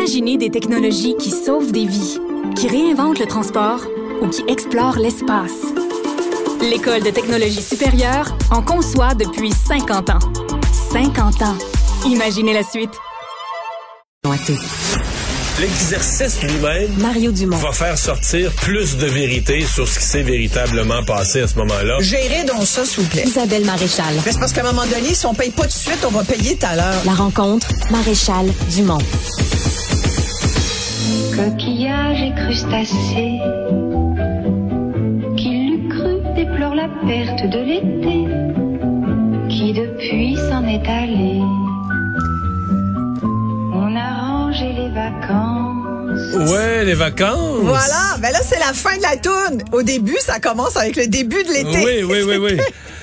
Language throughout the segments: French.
Imaginez des technologies qui sauvent des vies, qui réinventent le transport ou qui explorent l'espace. L'École de technologie supérieure en conçoit depuis 50 ans. 50 ans. Imaginez la suite. L'exercice lui-même Mario Dumont va faire sortir plus de vérité sur ce qui s'est véritablement passé à ce moment-là. Gérez donc ça, s'il vous plaît. Isabelle Maréchal. Mais c'est parce qu'à un moment donné, si on paye pas tout de suite, on va payer tout à l'heure. La rencontre Maréchal Dumont. Coquillages et crustacés, qui l'eût cru déplore la perte de l'été, qui depuis s'en est allé. On a rangé les vacances. Ouais, les vacances. Voilà, ben là, c'est la fin de la toune. Au début, ça commence avec le début de l'été. Oui.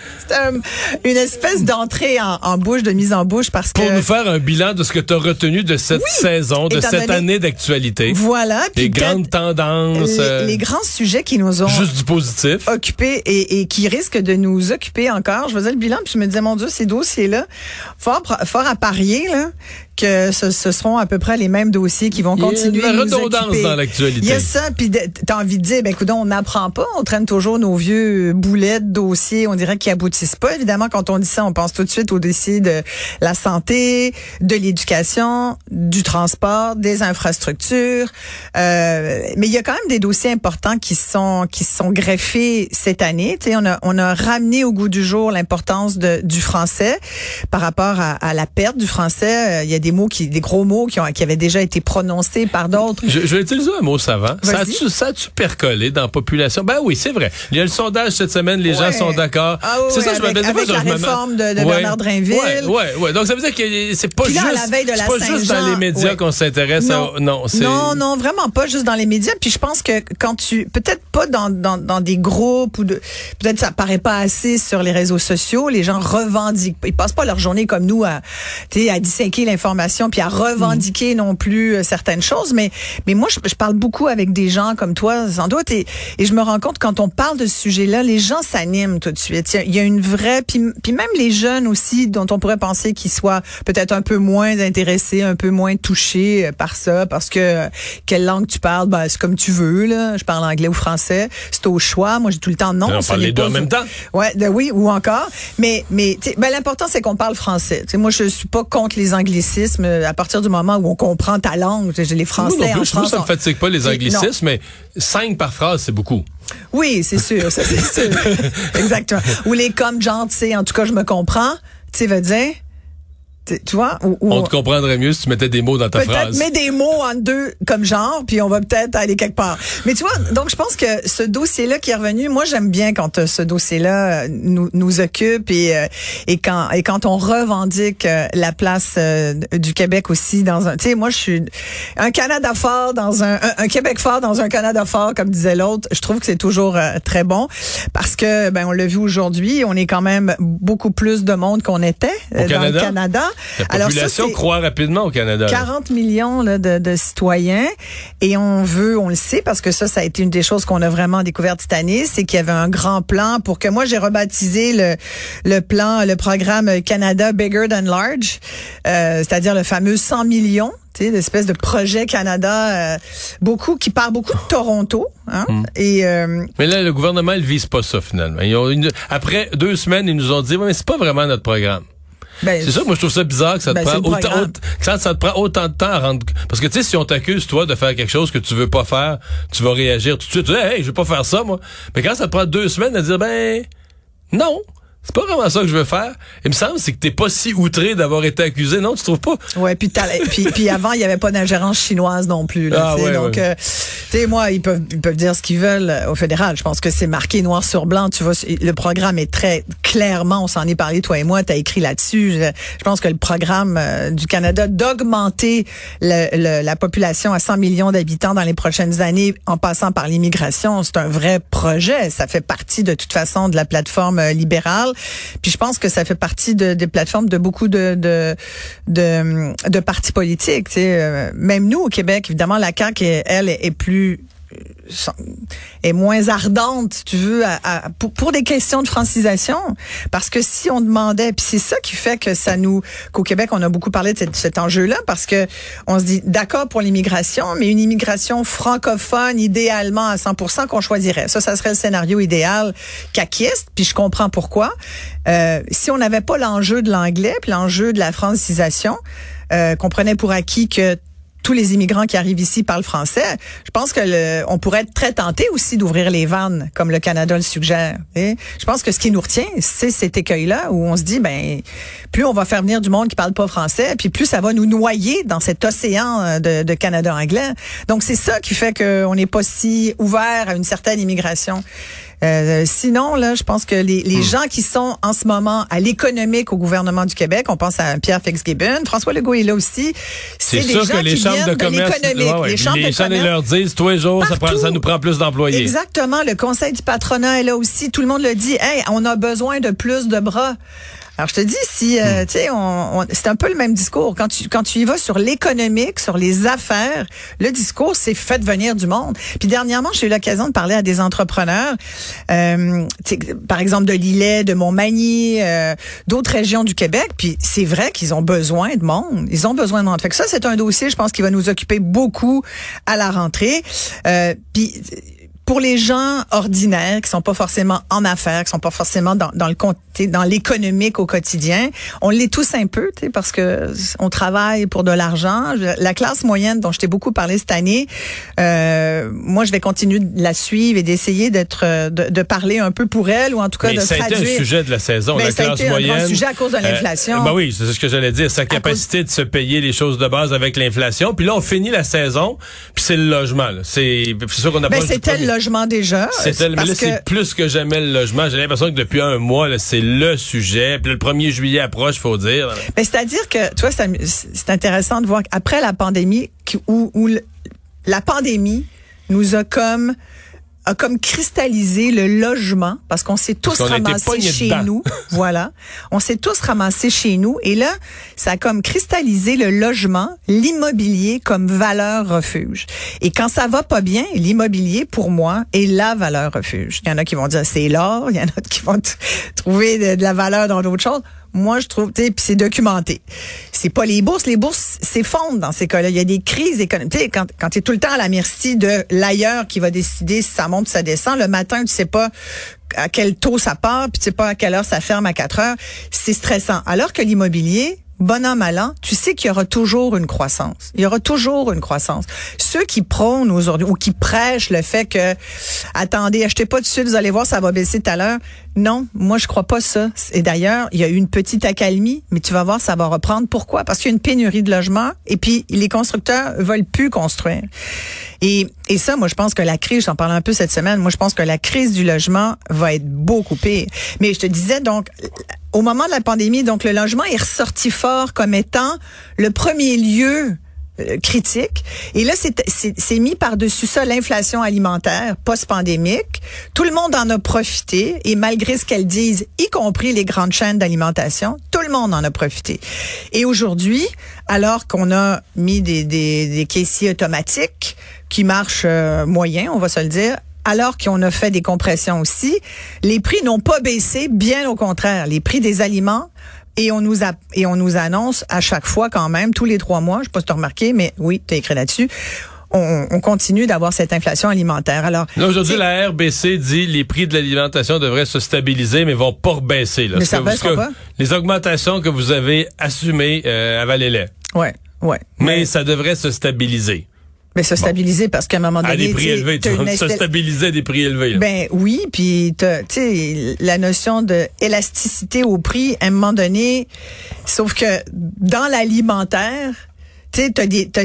Une espèce d'entrée en bouche, de mise en bouche, parce que... Pour nous faire un bilan de ce que tu as retenu de cette saison, de cette année d'actualité. Voilà. Les grandes tendances. Les grands sujets qui nous ont... Juste du positif. Occupés et qui risquent de nous occuper encore. Je faisais le bilan, puis je me disais, mon Dieu, ces dossiers-là, fort à parier, là, que ce seront à peu près les mêmes dossiers qui vont continuer à nous occuper. Il y a de la redondance dans l'actualité. Il y a ça, puis t'as envie de dire, ben écoute, on n'apprend pas, on traîne toujours nos vieux boulets de dossiers, on dirait qu'ils aboutissent pas. Évidemment, quand on dit ça, on pense tout de suite aux dossiers de la santé, de l'éducation, du transport, des infrastructures. Mais il y a quand même des dossiers importants qui sont greffés cette année. Tu sais, on a ramené au goût du jour l'importance du français par rapport à la perte du français. Il y a des gros mots qui avaient déjà été prononcés par d'autres. Je vais utiliser un mot savant. Vas-y. Ça a-tu percolé dans la population? Ben oui, c'est vrai. Il y a le sondage cette semaine, les gens sont d'accord. Ah oui, c'est ça, je me disais, avec la réforme de Bernard Drinville. Ouais. Donc ça veut dire que c'est pas juste, à la veille de c'est pas juste dans les médias qu'on s'intéresse. Non, vraiment pas juste dans les médias. Puis je pense que quand peut-être pas dans des groupes ou peut-être ça paraît pas assez sur les réseaux sociaux, les gens revendiquent. Ils passent pas leur journée comme nous à disséquer l'information puis à revendiquer non plus certaines choses. Mais moi, je parle beaucoup avec des gens comme toi, sans doute, et je me rends compte quand on parle de ce sujet-là, les gens s'animent tout de suite. Il y a une vraie, puis même les jeunes aussi, dont on pourrait penser qu'ils soient peut-être un peu moins intéressés, un peu moins touchés par ça, parce que quelle langue tu parles, ben c'est comme tu veux là. Je parle anglais ou français, c'est au choix. Moi, j'ai tout le temps non. On parle les deux en même temps. Ouais, oui, ou encore. Mais l'important c'est qu'on parle français. T'sais, moi, je suis pas contre les anglicismes à partir du moment où on comprend ta langue. Les Français non plus, en France. Ça me fatigue pas les anglicismes, mais 5 par phrase, c'est beaucoup. Oui, c'est sûr, ça c'est sûr. Exactement. Ou les comme genre, tu sais, en tout cas, je me comprends, tu sais, veut dire, tu vois, on te comprendrait mieux si tu mettais des mots dans ta phrase. Peut-être mets des mots en deux comme genre, puis on va peut-être aller quelque part. Mais tu vois, donc je pense que ce dossier-là qui est revenu, moi j'aime bien quand ce dossier-là nous occupe et quand on revendique la place du Québec aussi dans un, tu sais, moi je suis un Canada fort dans un Québec fort dans un Canada fort, comme disait l'autre. Je trouve que c'est toujours très bon parce que on l'a vu aujourd'hui, on est quand même beaucoup plus de monde qu'on était dans le Canada. La population croît rapidement au Canada. 40 millions là, de citoyens et on le sait parce que ça a été une des choses qu'on a vraiment découvert cette année, c'est qu'il y avait un grand plan pour que moi j'ai rebaptisé le programme Canada Bigger Than Large, c'est-à-dire le fameux 100 millions. Tu sais, l'espèce de projet Canada, qui part beaucoup de Toronto, hein. Mais là, le gouvernement, il vise pas ça finalement. Après 2 semaines, ils nous ont dit, mais c'est pas vraiment notre programme. C'est ça, moi je trouve ça bizarre que ça te prend autant de temps à rendre. Parce que tu sais, si on t'accuse toi de faire quelque chose que tu veux pas faire, tu vas réagir tout de suite. Tu dis, hey, je veux pas faire ça moi. Mais quand ça te prend 2 semaines à dire, non. C'est pas vraiment ça que je veux faire. Il me semble c'est que t'es pas si outré d'avoir été accusé, non, tu trouves pas? Ouais, puis avant il y avait pas d'ingérence chinoise non plus là, donc tu sais moi ils peuvent dire ce qu'ils veulent au fédéral. Je pense que c'est marqué noir sur blanc, tu vois, le programme est très clairement, on s'en est parlé toi et moi, tu as écrit là-dessus. Je pense que le programme du Canada d'augmenter la population à 100 millions d'habitants dans les prochaines années en passant par l'immigration, c'est un vrai projet, ça fait partie de toute façon de la plateforme libérale. Puis je pense que ça fait partie des plateformes de beaucoup de partis politiques. Tu sais, même nous au Québec, évidemment, la CAQ, elle est plus est moins ardente, si tu veux, pour des questions de francisation. Parce que si on demandait, puis c'est ça qui fait que qu'au Québec, on a beaucoup parlé de cet enjeu-là, parce que on se dit d'accord pour l'immigration, mais une immigration francophone, idéalement à 100% qu'on choisirait. Ça serait le scénario idéal caquiste, puis je comprends pourquoi. Si on n'avait pas l'enjeu de l'anglais, puis l'enjeu de la francisation, qu'on prenait pour acquis que tous les immigrants qui arrivent ici parlent français, je pense que on pourrait être très tenté aussi d'ouvrir les vannes, comme le Canada le suggère. Et je pense que ce qui nous retient, c'est cet écueil-là où on se dit, plus on va faire venir du monde qui parle pas français, puis plus ça va nous noyer dans cet océan de Canada anglais. Donc c'est ça qui fait qu'on n'est pas si ouvert à une certaine immigration. Sinon, là, je pense que les gens qui sont en ce moment à l'économique au gouvernement du Québec, on pense à Pierre Fitzgibbon, François Legault est là aussi. C'est des sûr gens que les chambres de commerce, les chambres de commerce leur disent tous les jours, ça nous prend plus d'employés. Exactement. Le conseil du patronat est là aussi. Tout le monde le dit. Hey, on a besoin de plus de bras. Alors, je te dis, si, tu sais, c'est un peu le même discours. Quand tu y vas sur l'économique, sur les affaires, le discours, c'est faites venir du monde. Puis dernièrement, j'ai eu l'occasion de parler à des entrepreneurs, par exemple de Lillet, de Montmagny, d'autres régions du Québec. Puis c'est vrai qu'ils ont besoin de monde. Ils ont besoin de monde. Fait que ça, c'est un dossier, je pense, qui va nous occuper beaucoup à la rentrée. Puis pour les gens ordinaires qui sont pas forcément en affaires, qui sont pas forcément dans l'économique au quotidien, on l'est tous un peu, parce que on travaille pour de l'argent. La classe moyenne dont je t'ai beaucoup parlé cette année, moi je vais continuer de la suivre et d'essayer de parler un peu pour elle, ou en tout cas de traduire. Mais ça a été un sujet de la saison, la classe moyenne. Ça a été un grand sujet à cause de l'inflation. Oui, c'est ce que j'allais dire, sa capacité de se payer les choses de base avec l'inflation. Puis là on finit la saison, puis c'est le logement. Là. C'est sûr qu'on a pas. C'était le logement déjà. Mais là, c'est plus que jamais le logement. J'ai l'impression que depuis un mois, là, c'est le sujet. Puis le 1er juillet approche, faut dire. Mais c'est-à-dire que, tu vois, c'est intéressant de voir qu'après la pandémie, où la pandémie nous a comme cristallisé le logement, parce qu'on s'est tous ramassés chez nous. Voilà. On s'est tous ramassés chez nous. Et là, ça a comme cristallisé le logement, l'immobilier comme valeur refuge. Et quand ça va pas bien, l'immobilier, pour moi, est la valeur refuge. Il y en a qui vont dire c'est l'or. Il y en a d'autres qui vont trouver de la valeur dans d'autres choses. Moi, je trouve, tu sais, puis c'est documenté. C'est pas les bourses s'effondrent dans ces cas-là. Il y a des crises économiques. Tu sais, quand tu es tout le temps à la merci de l'ailleurs qui va décider si ça monte ou ça descend, le matin, tu sais pas à quel taux ça part, puis tu sais pas à quelle heure ça ferme à 4 heures, c'est stressant. Alors que l'immobilier, bon an, mal an, tu sais qu'il y aura toujours une croissance. Il y aura toujours une croissance. Ceux qui prônent aujourd'hui, ou qui prêchent le fait que, attendez, achetez pas tout de suite, vous allez voir, ça va baisser tout à l'heure. Non, moi, je crois pas ça. Et d'ailleurs, il y a eu une petite accalmie, mais tu vas voir, ça va reprendre. Pourquoi? Parce qu'il y a une pénurie de logements, et puis les constructeurs veulent plus construire. Et ça, moi, je pense que la crise, j'en parlais un peu cette semaine, moi, je pense que la crise du logement va être beaucoup pire. Mais je te disais, donc, au moment de la pandémie, donc, le logement est ressorti fort comme étant le premier lieu critique. Et là, c'est mis par-dessus ça l'inflation alimentaire post-pandémique. Tout le monde en a profité, et malgré ce qu'elles disent, y compris les grandes chaînes d'alimentation, tout le monde en a profité. Et aujourd'hui, alors qu'on a mis des caissiers automatiques qui marchent moyen, on va se le dire, alors qu'on a fait des compressions aussi, les prix n'ont pas baissé, bien au contraire. Les prix des aliments, et on nous annonce à chaque fois quand même, tous les 3 mois, je sais pas si tu as remarqué, mais oui, tu as écrit là-dessus, on continue d'avoir cette inflation alimentaire. Alors, là, aujourd'hui, la RBC dit les prix de l'alimentation devraient se stabiliser, mais vont pas rebaisser. Là. Mais ça baissera pas. Les augmentations que vous avez assumées, avalez-les. Ouais. Mais ça devrait se stabiliser. Mais se stabiliser parce qu'à un moment donné, à des prix élevés, se stabiliser à des prix élevés. Là. Ben oui, puis tu sais la notion de élasticité au prix à un moment donné, sauf que dans l'alimentaire, tu sais t'as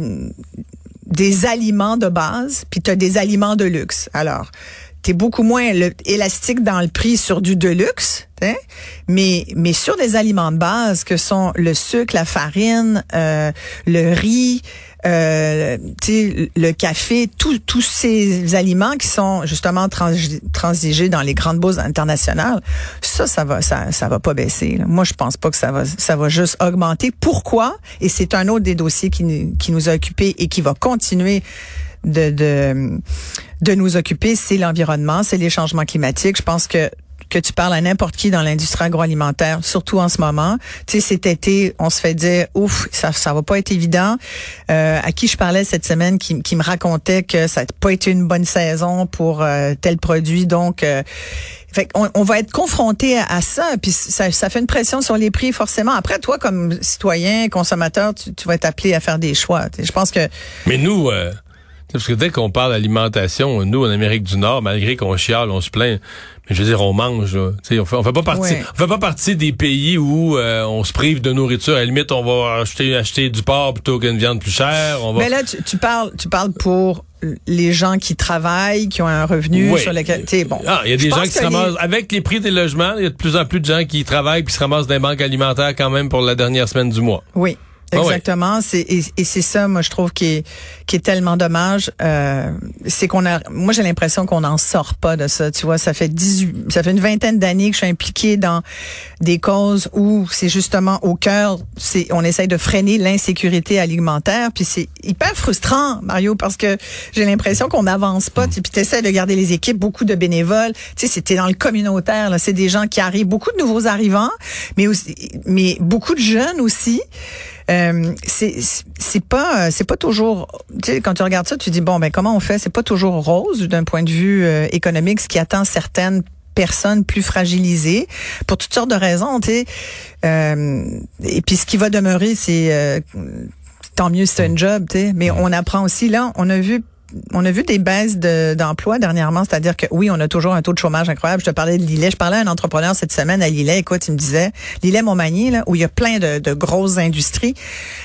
des aliments de base, puis t'as des aliments de luxe. Alors, t'es beaucoup moins élastique dans le prix sur du de luxe, hein? mais sur des aliments de base que sont le sucre, la farine, le riz, le café, tous ces aliments qui sont justement transigés dans les grandes bourses internationales, ça va pas baisser. Là. Moi, je pense pas que ça va juste augmenter. Pourquoi? Et c'est un autre des dossiers qui nous a occupés et qui va continuer de nous occuper, c'est l'environnement, c'est les changements climatiques. Je pense que tu parles à n'importe qui dans l'industrie agroalimentaire, surtout en ce moment. Tu sais, cet été, on se fait dire, ouf, ça va pas être évident. À qui je parlais cette semaine qui me racontait que ça n'a pas été une bonne saison pour tel produit. Donc, fait on va être confronté à ça, puis ça fait une pression sur les prix forcément. Après, toi, comme citoyen, consommateur, tu vas être appelé à faire des choix. Tu sais, je pense que... Mais nous... parce que dès qu'on parle d'alimentation, nous, en Amérique du Nord, malgré qu'on chiale, on se plaint, mais je veux dire, on mange, là. On fait pas partie, on fait pas partie des pays où on se prive de nourriture. À la limite, on va acheter du porc plutôt qu'une viande plus chère. Mais là, tu parles pour les gens qui travaillent, qui ont un revenu sur lequel, il y a des gens qui se ramassent, avec les prix des logements, il y a de plus en plus de gens qui travaillent puis se ramassent dans les banques alimentaires quand même pour la dernière semaine du mois. Oui. Exactement, et c'est ça, moi je trouve qui est tellement dommage. C'est moi j'ai l'impression qu'on n'en sort pas de ça. Tu vois, ça fait une vingtaine d'années que je suis impliquée dans des causes où c'est justement au cœur, on essaye de freiner l'insécurité alimentaire. Puis c'est hyper frustrant, Mario, parce que j'ai l'impression qu'on n'avance pas. Puis t'essaies de garder les équipes, beaucoup de bénévoles. Tu sais, c'était dans le communautaire. Là, c'est des gens qui arrivent, beaucoup de nouveaux arrivants, mais beaucoup de jeunes aussi. C'est pas toujours, tu sais, quand tu regardes ça, tu dis bon ben comment on fait, c'est pas toujours rose d'un point de vue économique, ce qui attend certaines personnes plus fragilisées pour toutes sortes de raisons, tu sais. Et puis ce qui va demeurer, c'est tant mieux si c'est un job, tu sais, mais on apprend aussi là, on a vu des baisses d'emploi dernièrement, c'est-à-dire que oui, on a toujours un taux de chômage incroyable. Je te parlais de Lillet. Je parlais à un entrepreneur cette semaine à Lillet. Écoute, il me disait, Lillet-Montmagny, là, où il y a plein de grosses industries.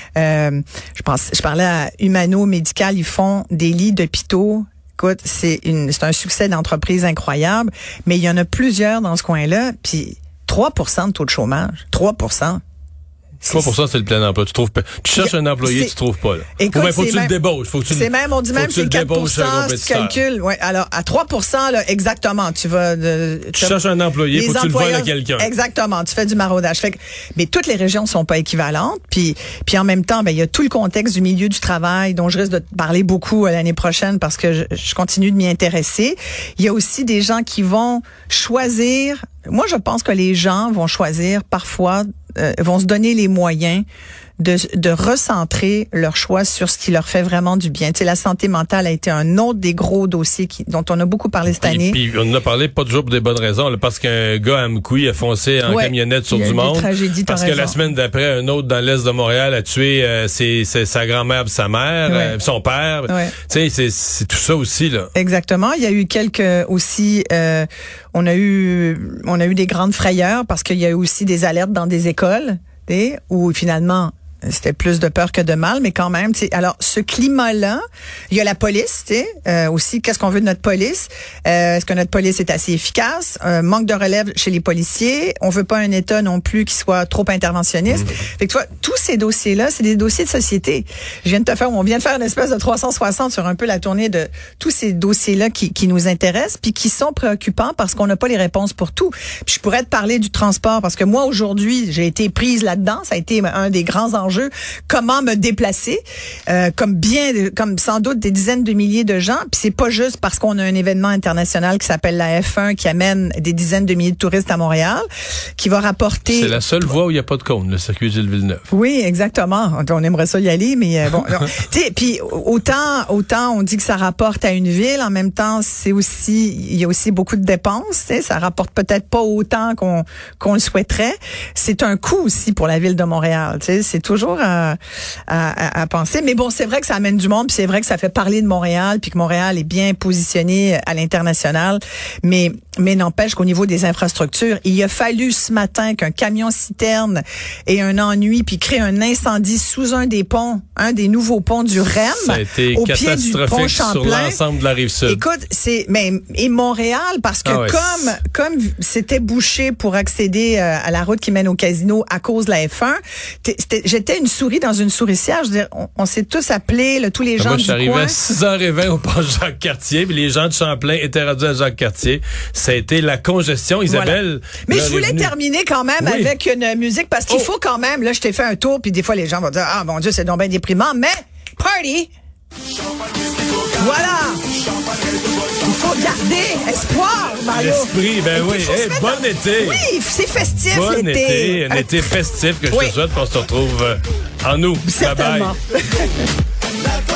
Je parlais à Humano Médical. Ils font des lits d'hôpitaux. Écoute, c'est un succès d'entreprise incroyable. Mais il y en a plusieurs dans ce coin-là. Puis 3% de taux de chômage. 3%. 3%, c'est le plein emploi. Tu cherches un employé, tu trouves pas, là. Écoute, faut que tu le débauches. On dit même c'est 4%, si tu calcules. Ouais, alors, à 3%, là, exactement, tu cherches un employé, faut que tu le voles à quelqu'un. Exactement, tu fais du maraudage. Mais toutes les régions sont pas équivalentes. Puis en même temps, il y a tout le contexte du milieu du travail dont je risque de te parler beaucoup l'année prochaine parce que je continue de m'y intéresser. Il y a aussi des gens qui vont choisir. Moi, je pense que les gens vont choisir parfois, vont se donner les moyens de recentrer leur choix sur ce qui leur fait vraiment du bien. Tu sais, la santé mentale a été un autre des gros dossiers dont on a beaucoup parlé cette année. Puis on en a parlé pas toujours pour des bonnes raisons, là, parce qu'un gars à Mkoui a foncé en camionnette sur du monde. Parce que la semaine d'après, un autre dans l'est de Montréal a tué c'est sa grand-mère et sa mère, son père. Tu sais, c'est tout ça aussi, là. Exactement. Il y a eu aussi, on a eu des grandes frayeurs parce qu'il y a eu aussi des alertes dans des écoles, où finalement, c'était plus de peur que de mal, mais quand même, tu sais. Alors, ce climat-là, il y a la police, tu sais, aussi. Qu'est-ce qu'on veut de notre police? Est-ce que notre police est assez efficace? Manque de relève chez les policiers. On veut pas un État non plus qui soit trop interventionniste. Fait que tu vois, tous ces dossiers-là, c'est des dossiers de société. On vient de faire une espèce de 360 sur un peu la tournée de tous ces dossiers-là qui nous intéressent, puis qui sont préoccupants parce qu'on n'a pas les réponses pour tout. Puis je pourrais te parler du transport parce que moi, aujourd'hui, j'ai été prise là-dedans. Ça a été un des grands enjeux. Comment me déplacer, comme sans doute des dizaines de milliers de gens. Puis c'est pas juste parce qu'on a un événement international qui s'appelle la F1 qui amène des dizaines de milliers de touristes à Montréal, qui va rapporter. C'est la seule voie où il n'y a pas de cône, le circuit Gilles Villeneuve. Oui, exactement. On aimerait ça y aller, mais bon. Tu sais, puis autant on dit que ça rapporte à une ville, en même temps il y a aussi beaucoup de dépenses. Tu sais, ça rapporte peut-être pas autant qu'on le souhaiterait. C'est un coût aussi pour la ville de Montréal. Tu sais, c'est toujours à penser. Mais bon, c'est vrai que ça amène du monde, puis c'est vrai que ça fait parler de Montréal, puis que Montréal est bien positionné à l'international. Mais n'empêche qu'au niveau des infrastructures, il a fallu ce matin qu'un camion-citerne ait un ennui, puis crée un incendie sous un des ponts, un des nouveaux ponts du REM, ça a été au pied du pont Champlain. Sur l'ensemble de la Rive-Sud. Écoute, et Montréal, parce que comme c'était bouché pour accéder à la route qui mène au casino à cause de la F1, j'étais j'étais une souris dans une souricière. Je veux dire, on s'est tous appelés, là, tous les gens du coin. Moi, je suis arrivé à 6h20 au pont Jacques-Cartier, puis les gens de Champlain étaient rendus à Jacques-Cartier. Ça a été la congestion, Isabelle. Mais je voulais terminer quand même avec une musique, parce qu'il faut quand même, là, je t'ai fait un tour, puis des fois, les gens vont dire, ah, mon Dieu, c'est donc bien déprimant, mais party! Voilà! Il faut garder espoir, Mario. L'esprit, ben oui. Hey, bon été. Oui, c'est festif, bon l'été. Un été festif que je te souhaite qu'on se retrouve en août. Certainement. Bye bye.